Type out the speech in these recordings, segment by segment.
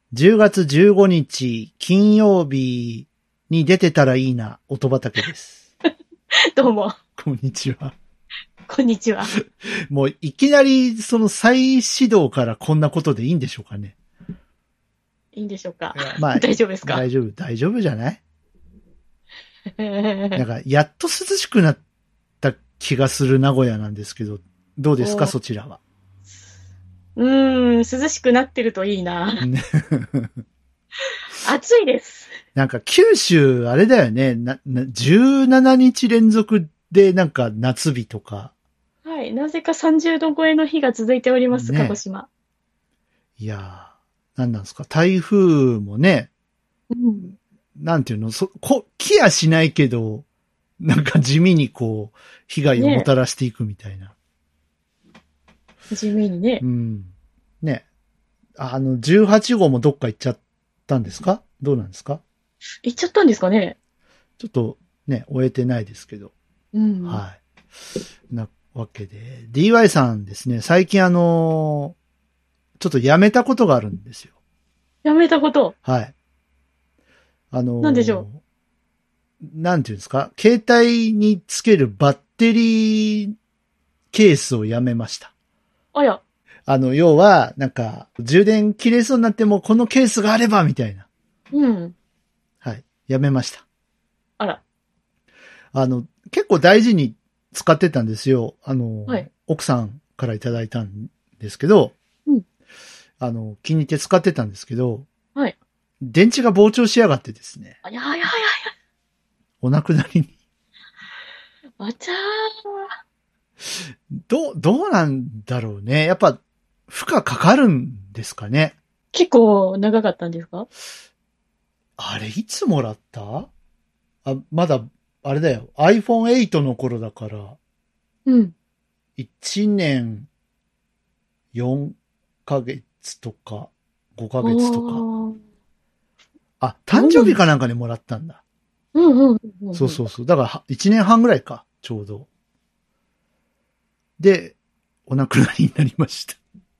10月15日金曜日に出てたらいいな、音畑です。 どうも。 こんにちは。 こんにちは。 もういきなりその再始動からこんなことでいいんでしょうかね。 いいんでしょうか。 まあ、 大丈夫ですか？ 大丈夫じゃない？なんか、やっと涼しくなった気がする名古屋なんですけど、どうですか、そちらは。 涼しくなってるといいな。暑いです。 なんか、九州、あれだよね、17日連続でなんか夏日とか。 はい。なぜか30度超えの日が続いております、 ね、 鹿児島。 いやー、なんなんですか、台風もね、なんていうの、来やしないけど、なんか地味にこう、被害をもたらしていくみたいな。 地味にね。 うん。ね。18号もどっか行っちゃったんですか？どうなんですか？ 行っちゃったんですかね？ ちょっとね、終えてないですけど。 はい。なわけで、DY さんですね、最近ちょっとやめたことがあるんですよ。 やめたこと？ はい。 なんでしょう。なんていうんですか？携帯につけるバッテリーケースをやめました。 あや。 要は、なんか、充電切れそうになってもこのケースがあれば、みたいな。はい。やめました。 あら。 結構大事に使ってたんですよ。 はい、 奥さんからいただいたんですけど、気に入って使ってたんですけど、 はい。 電池が膨張しやがってですね。 あやややや。 お亡くなりに。 あちゃー。どうなんだろうね。やっぱ、負荷かかるんですかね。 結構長かったんですか？ あれ、いつもらった？まだ、あれだよ。iPhone 8の頃だから。1年4ヶ月とか5ヶ月とか。誕生日かなんかにもらったんだ。そうそうそう。だから1年半ぐらいか、ちょうど。で、お亡くなりになりました。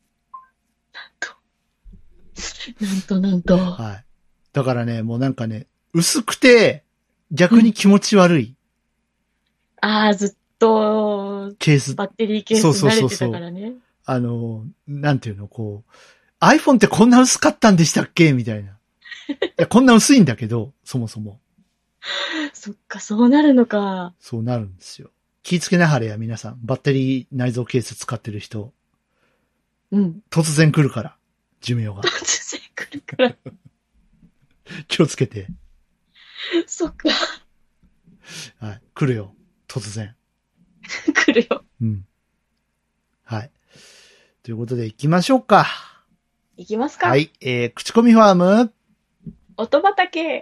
なんと。 はい。だからね、もうなんかね、薄くて、逆に気持ち悪い。 ずっと、 ケース。 バッテリーケース慣れてたからね。 なんていうの、こう、iPhone ってこんな薄かったんでしたっけみたいな。いや、こんな薄いんだけど、そもそも。 そっか、そうなるのか。 そうなるんですよ。気ぃつけなはれや、皆さん。バッテリー内蔵ケース使ってる人。突然来るから、寿命が。 突然来るから。 気をつけて。 そっか。 はい。来るよ。突然。 来るよ。 はい。ということで行きましょうか。 行きますか。 はい。口コミファーム。 音畑。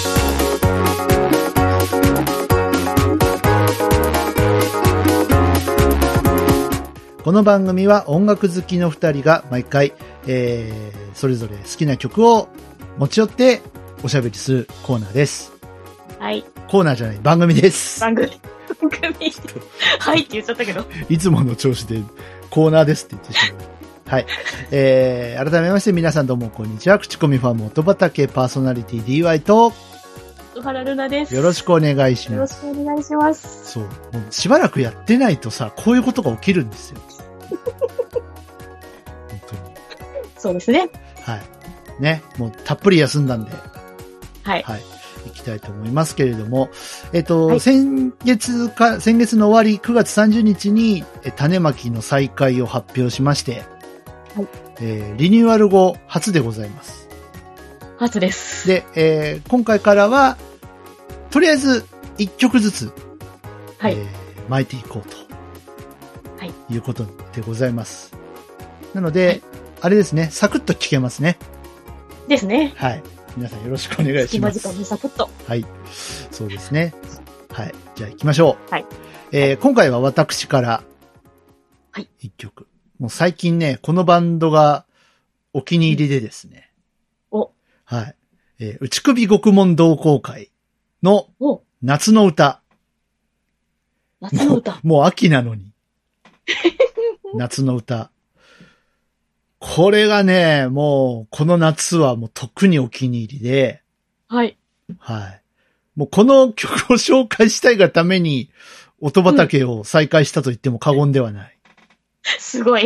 この番組は音楽好きの二人が毎回、それぞれ好きな曲を持ち寄っておしゃべりするコーナーです。 はい。 コーナーじゃない、番組です。 番組。はいって言っちゃったけど。 いつもの調子でコーナーですって言ってしまう。はい。改めまして皆さんどうもこんにちは。口コミファーム音畑パーソナリティ DY と、 小原ルナです。 よろしくお願いします。 よろしくお願いします。 そう。もうしばらくやってないとさ、こういうことが起きるんですよ。本当に。 そうですね。 はい。ね。もうたっぷり休んだんで。 はい。 はい。行きたいと思いますけれども、はい、先月の終わり、9月30日に種まきの再開を発表しまして、はい、リニューアル後初でございます。 初です。 で、今回からは、とりあえず1曲ずつ、はい、巻いていこうと、はい、いうことでございます。なので、はい、あれですね、サクッと聴けますね。 ですね。 はい。皆さんよろしくお願いします。 隙間時間にサクッと。 はい。そうですね。はい。じゃあ行きましょう。はい。 今回は私から、はい。一曲。もう最近ね、このバンドがお気に入りでですね。はい。内首獄門同好会の夏の歌。 夏の歌。 もう秋なのに。夏の歌。 これがね、もう、この夏はもう特にお気に入りで、 はい。 はい。もうこの曲を紹介したいがために、音畑を再開したと言っても過言ではない。 すごい。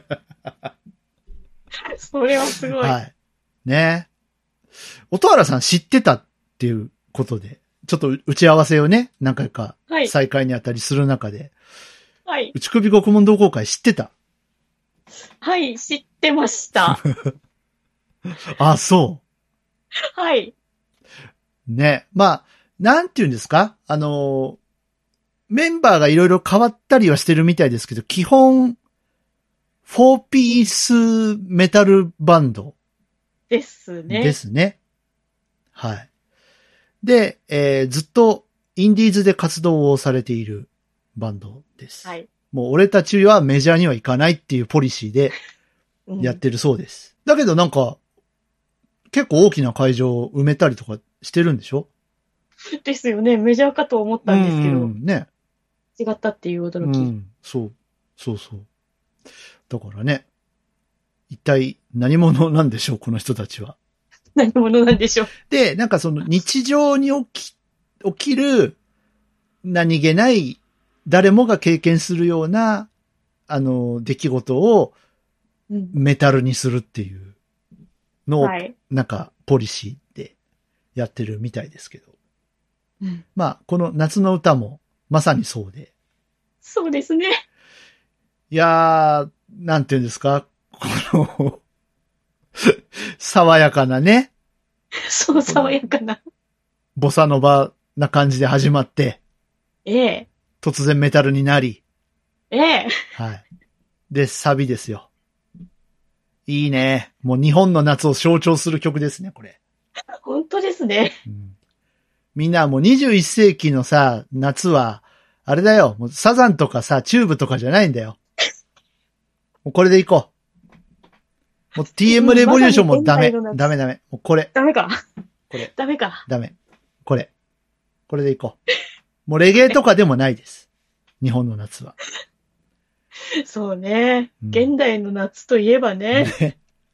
それはすごい。 はい。ね。音原さん知ってたっていうことで、ちょっと打ち合わせをね、何回か再開にあたりする中で、 はい。 内首獄門同好会知ってた？ はい、知ってました。 あ、そう。はい。 ね。まあ、なんて言うんですか？メンバーがいろいろ変わったりはしてるみたいですけど、基本、4ピースメタルバンド。 ですね。 ですね。はい。で、ずっとインディーズで活動をされているバンドです。はい。もう俺たちはメジャーには行かないっていうポリシーでやってるそうです。だけどなんか、結構大きな会場を埋めたりとかしてるんでしょ？ ですよね。メジャーかと思ったんですけど。ね。違ったっていう驚き。 そう。そうそう。だからね、一体何者なんでしょう、この人たちは。 何者なんでしょう。 で、なんかその日常に起きる何気ない誰もが経験するような、出来事をメタルにするっていうのを、なんかポリシーでやってるみたいですけど。まあ、この夏の歌もまさにそうで。 そうですね。 いやー、なんていうんですか、この爽やかなね。 そう、爽やかな。 ボサノバな感じで始まって。突然メタルになり。はい。で、サビですよ。いいね。もう日本の夏を象徴する曲ですね、これ。 本当ですね。 みんなもう21世紀のさ、夏は、あれだよ。もうサザンとかさ、チューブとかじゃないんだよ。もうこれでいこう。もう TM レボリューションもダメ。ダメ。もうこれ。 ダメか。 これ。 ダメか。 ダメ。これ。これでいこう。もうレゲエとかでもないです。日本の夏は。 そうね。現代の夏といえばね。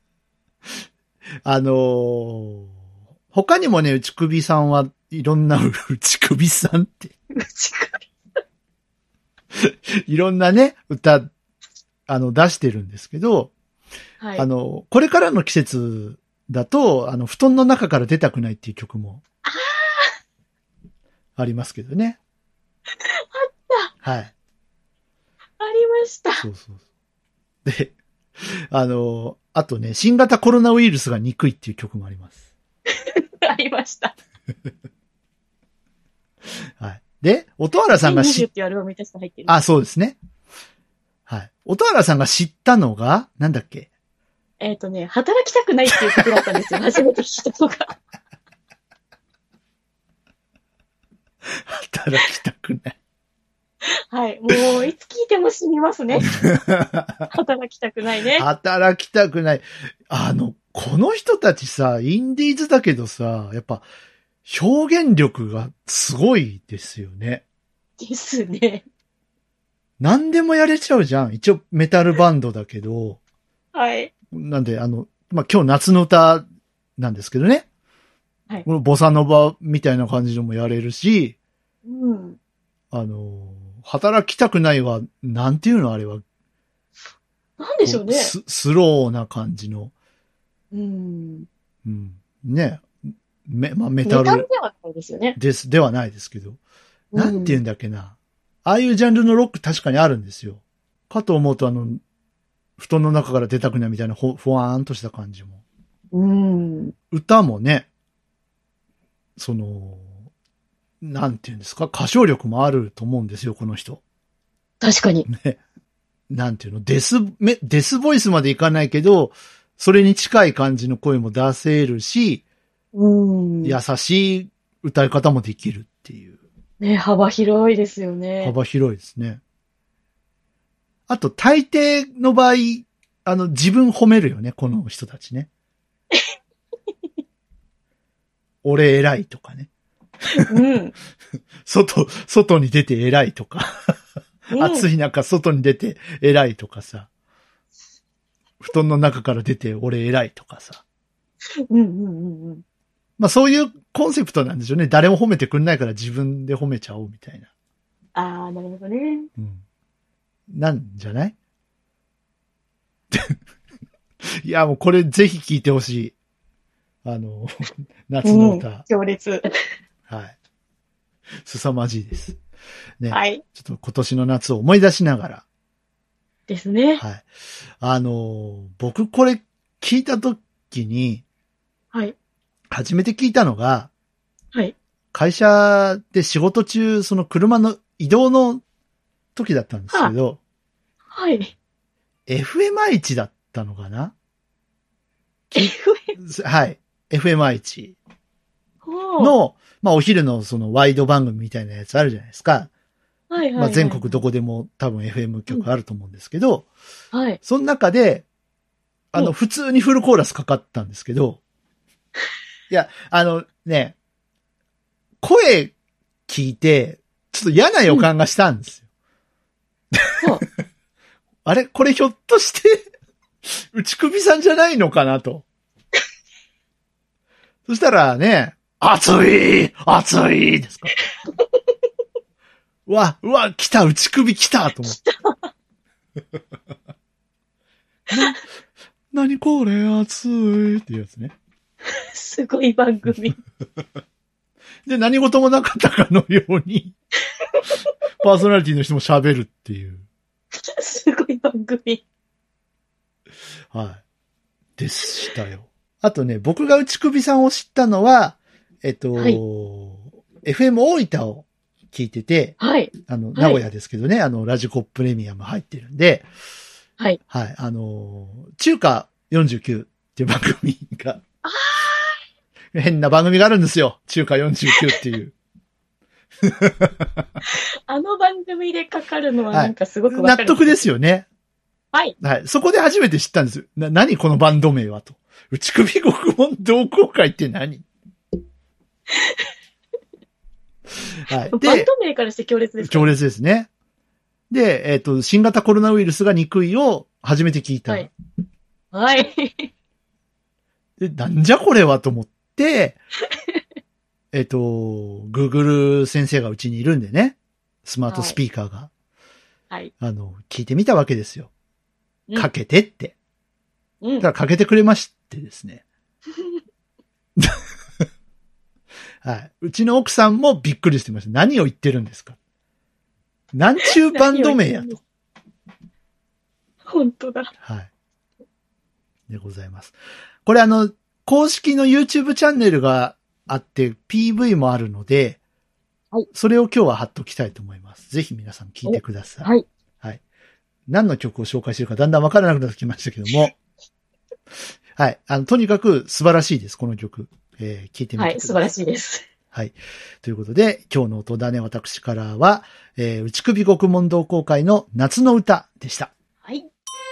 他にもね、内首さんはいろんな、内首さんって。いろんなね、歌、出してるんですけど、はい、これからの季節だと、布団の中から出たくないっていう曲も、ありますけどね。 あった。 はい。ありました。 そうそう。で、あとね、新型コロナウイルスが憎いっていう曲もあります。 ありました。 はい。で、音原さんがあ、そうですね。はい。音原さんが知ったのが、なんだっけ？ 働きたくないっていう曲だったんですよ。初めて聞いたのが。 働きたくない。 はい。もう、いつ聞いても死にますね。働きたくないね。 働きたくない。この人たちさ、インディーズだけどさ、やっぱ、表現力がすごいですよね。 ですね。 何でもやれちゃうじゃん。一応メタルバンドだけど。 はい。 なんで、今日夏の歌なんですけどね。はい。このボサノバみたいな感じでもやれるし。働きたくないは、なんていうのあれは。 なんでしょうね。 スローな感じの。ね。メタル。メタルではないですよね。 ではないですけど。なんて言うんだっけな。ああいうジャンルのロック確かにあるんですよ。かと思うと布団の中から出たくないみたいなふわーんとした感じも。歌もね、なんて言うんですか、歌唱力もあると思うんですよ、この人。 確かに。 ね。なんていうの、デスボイスまでいかないけど、それに近い感じの声も出せるし、優しい歌い方もできるっていう。 ね、幅広いですよね。 幅広いですね。あと、大抵の場合、自分褒めるよね、この人たちね。俺偉いとかね。外に出て偉いとか。暑い中外に出て偉いとかさ。 布団の中から出て俺偉いとかさ。 うんうんうんうん。 まあそういうコンセプトなんでしょうね。誰も褒めてくんないから自分で褒めちゃおうみたいな。 ああ、なるほどね。 うん。なんじゃないいや、もうこれぜひ聞いてほしい。夏の歌。 強烈。 はい。凄まじいです。ね。 はい。 ちょっと今年の夏を思い出しながら。 ですね。 はい。僕これ聞いたときに、 はい。 初めて聞いたのが、 はい。 会社で仕事中、その車の移動の時だったんですけど、 はい。 FMI1 だったのかな FM? はい。FMI1 の、まあお昼のそのワイド番組みたいなやつあるじゃないですか。 はいはい、はい。 まあ全国どこでも多分 FM 局あると思うんですけど、 はい。 その中で、普通にフルコーラスかかったんですけど、いや、ね、声聞いて、ちょっと嫌な予感がしたんですよ。あれこれひょっとして、内首さんじゃないのかなと。そしたらね、熱いですか。うわ、来た、内首来たと思って。何これ、熱いっていうやつね。 すごい番組。 で、何事もなかったかのように、パーソナリティの人も喋るっていう。 すごい番組。 はい。でしたよ。あとね、僕が内首さんを知ったのは、はい、FM 大分を聞いてて、 はい。 名古屋ですけどね、ラジコプレミアム入ってるんで、 はい。 はい。中華49っていう番組が、変な番組があるんですよ。中華49っていう。 あの番組でかかるのはなんかすごくわかる、 納得ですよね。 はい。 はい。そこで初めて知ったんですよ。何このバンド名はと。内首獄門同好会って何はい。で、バンド名からして強烈ですか？ 強烈ですね。で、新型コロナウイルスが憎いを初めて聞いた。はい。 はい。 で、なんじゃこれはと思って、Google 先生がうちにいるんでね。スマートスピーカーが。 はい。 聞いてみたわけですよ。かけてって。 うん。 だからかけてくれましてですね。はい。うちの奥さんもびっくりしてました。何を言ってるんですか？なんちゅうバンド名やと。 本当だ。 はい。でございます。これ公式の YouTube チャンネルがあって PV もあるので、 はい。 それを今日は貼っときたいと思います。ぜひ皆さん聞いてください。 はい。 はい。何の曲を紹介してるかだんだんわからなくなってきましたけども。はい。とにかく素晴らしいです、この曲。聞いてみてください。 はい、素晴らしいです。 はい。ということで、今日の音だね、私からは、内首獄門同好会の夏の歌でした。 はい。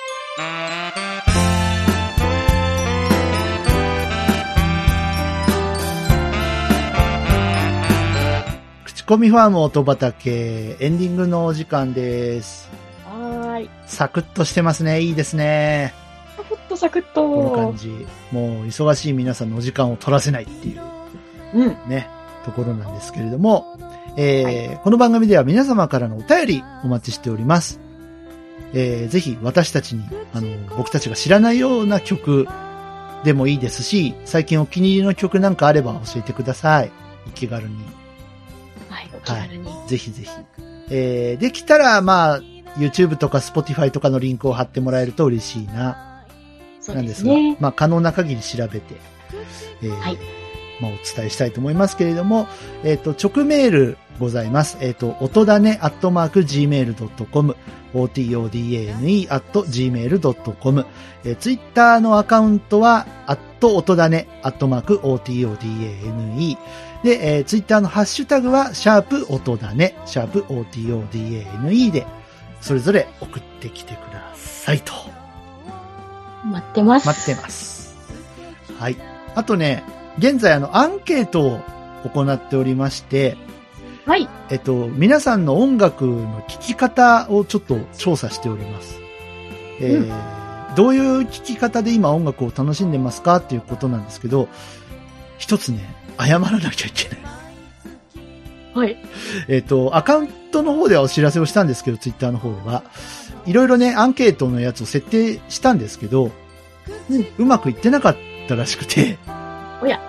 口コミファーム音畑、エンディングのお時間です。 はーい。 サクッとしてますね。いいですね。 サクッとサクッと。 この感じ。もう忙しい皆さんのお時間を取らせないっていう。 うん。 ね。ところなんですけれども、この番組では皆様からのお便りお待ちしております。ぜひ私たちに、僕たちが知らないような曲でもいいですし、最近お気に入りの曲なんかあれば教えてください。お気軽に。 はい、お気軽に。 ぜひぜひ。できたら、まあ、YouTube とか Spotify とかのリンクを貼ってもらえると嬉しいな。なんですが、まあ、可能な限り調べて、はい。まあ、お伝えしたいと思いますけれども、直メールございます。音だね@gmail.com、otodane@gmail.com、ツイッターのアカウントは、音だね@otodane、で、ツイッターのハッシュタグは、音だね、otodane で、それぞれ送ってきてくださいと。 待ってます。 待ってます。はい。あとね、現在アンケートを行っておりまして、 はい。 皆さんの音楽の聴き方をちょっと調査しております。 どういう聴き方で今音楽を楽しんでますかっていうことなんですけど、一つね、謝らなきゃいけない。 はい。 アカウントの方ではお知らせをしたんですけど、ツイッターの方では、いろいろね、アンケートのやつを設定したんですけど、うまくいってなかったらしくて、 おや。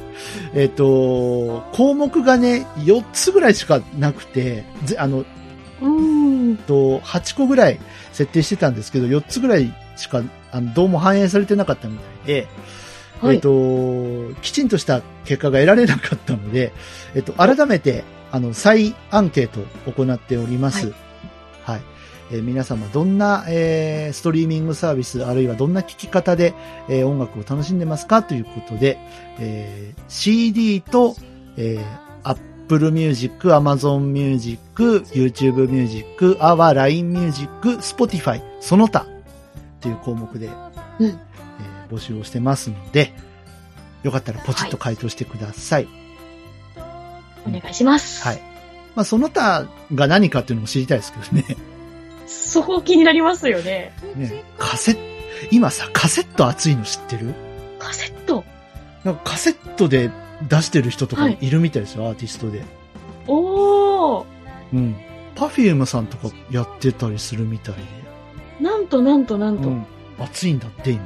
項目がね、4つぐらいしかなくて、8個ぐらい設定してたんですけど、4つぐらいしか、どうも反映されてなかったみたいで、はい、きちんとした結果が得られなかったので、改めて、再アンケートを行っております。はい。皆様どんな、ストリーミングサービス、あるいはどんな聴き方で、音楽を楽しんでますかということで、CD と、Apple Music、Amazon Music、YouTube Music、Our LINE Music、Spotify、その他という項目で、募集をしてますので、よかったらポチッと回答してください。 お願いします。 はい。まあ、その他が何かっていうのも知りたいですけどね。 そう気になりますよね。 ね、今さ、カセット熱いの知ってる？ カセット？ なんかカセットで出してる人とかいるみたいですよ、アーティストで。 おー。 うん。Perfume さんとかやってたりするみたいで。 なんと。 熱いんだって今。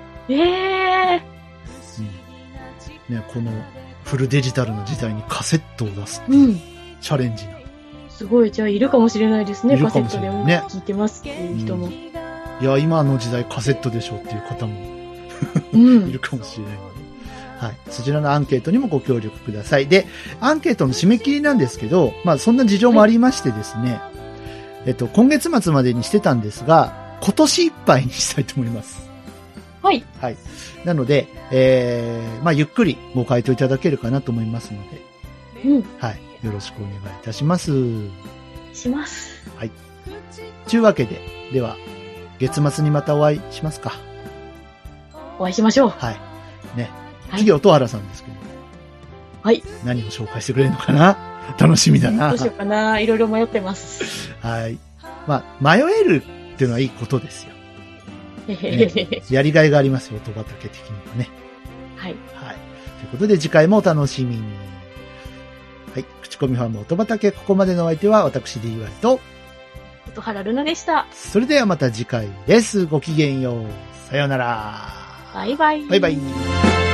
ね、このフルデジタルの時代にカセットを出すっていう、チャレンジな。 すごい、じゃあいるかもしれないですね、カセットで音楽聴いてますっていう人も。 いや、今の時代カセットでしょっていう方もいるかもしれないので、はい。そちらのアンケートにもご協力ください。で、アンケートの締め切りなんですけど、まあそんな事情もありましてですね、今月末までにしてたんですが、今年いっぱいにしたいと思います。 はい。 はい。なので、まあゆっくりご回答いただけるかなと思いますので、はい。よろしくお願いいたします。 します。 はい。というわけで、では、月末にまたお会いしますか。 お会いしましょう。 はい。ね。次、音原さんですけど。 はい。 何を紹介してくれるのかな？楽しみだな。 どうしようかな。いろいろ迷ってます。 はい。まあ、迷えるっていうのはいいことですよ。ね、やりがいがありますよ、音畑的にはね。 はい。 はい。ということで、次回もお楽しみに。はい。口コミファーム音畑、ここまでのお相手は私 DY と、 音原ルナでした。 それではまた次回です。ごきげんよう。さようなら。 バイバイ。 バイバイ。